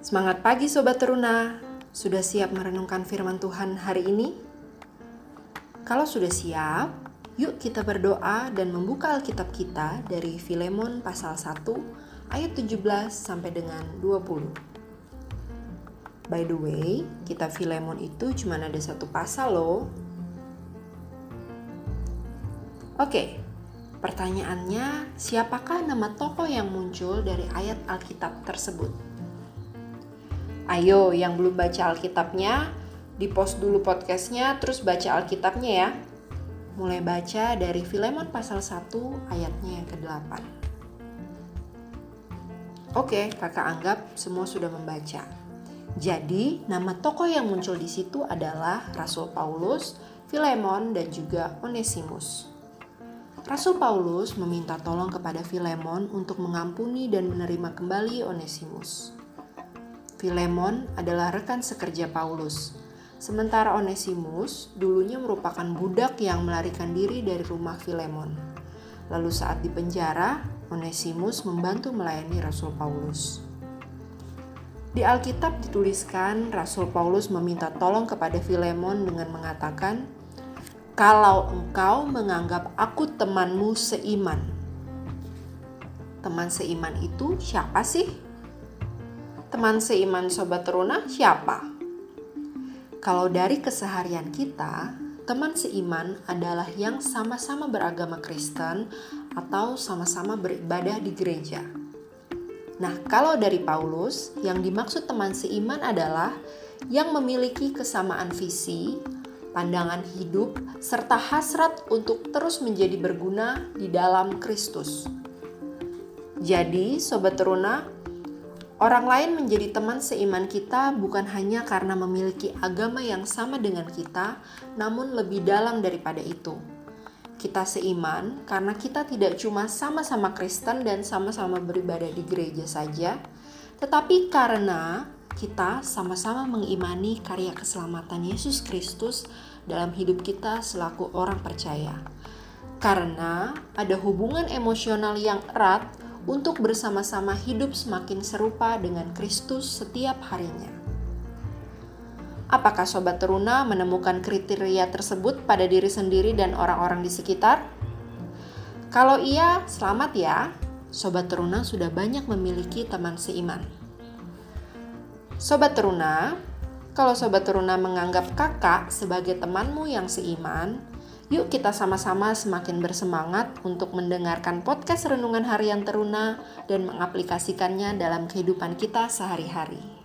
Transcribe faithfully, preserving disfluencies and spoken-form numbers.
Semangat pagi Sobat Teruna, sudah siap merenungkan firman Tuhan hari ini? Kalau sudah siap, yuk kita berdoa dan membuka Alkitab kita dari Filemon pasal satu ayat tujuh belas sampai dengan dua puluh. By the way, kitab Filemon itu cuma ada satu pasal loh. Oke, pertanyaannya, siapakah nama tokoh yang muncul dari ayat Alkitab tersebut? Ayo, yang belum baca Alkitabnya, di-post dulu podcastnya, terus baca Alkitabnya ya. Mulai baca dari Filemon pasal satu ayatnya yang kedelapan. Oke, kakak anggap semua sudah membaca. Jadi, nama tokoh yang muncul di situ adalah Rasul Paulus, Filemon, dan juga Onesimus. Rasul Paulus meminta tolong kepada Filemon untuk mengampuni dan menerima kembali Onesimus. Filemon adalah rekan sekerja Paulus, sementara Onesimus dulunya merupakan budak yang melarikan diri dari rumah Filemon. Lalu saat di penjara, Onesimus membantu melayani Rasul Paulus. Di Alkitab dituliskan Rasul Paulus meminta tolong kepada Filemon dengan mengatakan, "Kalau engkau menganggap aku temanmu seiman." Teman seiman itu siapa sih? Teman seiman Sobat Teruna siapa? Kalau dari keseharian kita, teman seiman adalah yang sama-sama beragama Kristen atau sama-sama beribadah di gereja. Nah, kalau dari Paulus, yang dimaksud teman seiman adalah yang memiliki kesamaan visi, pandangan hidup, serta hasrat untuk terus menjadi berguna di dalam Kristus. Jadi, Sobat Teruna, orang lain menjadi teman seiman kita bukan hanya karena memiliki agama yang sama dengan kita, namun lebih dalam daripada itu. Kita seiman karena kita tidak cuma sama-sama Kristen dan sama-sama beribadah di gereja saja, tetapi karena kita sama-sama mengimani karya keselamatan Yesus Kristus dalam hidup kita selaku orang percaya. Karena ada hubungan emosional yang erat untuk bersama-sama hidup semakin serupa dengan Kristus setiap harinya. Apakah Sobat Teruna menemukan kriteria tersebut pada diri sendiri dan orang-orang di sekitar? Kalau iya, selamat ya. Sobat Teruna sudah banyak memiliki teman seiman. Sobat Teruna, kalau Sobat Teruna menganggap kakak sebagai temanmu yang seiman, yuk kita sama-sama semakin bersemangat untuk mendengarkan podcast Renungan Harian Teruna dan mengaplikasikannya dalam kehidupan kita sehari-hari.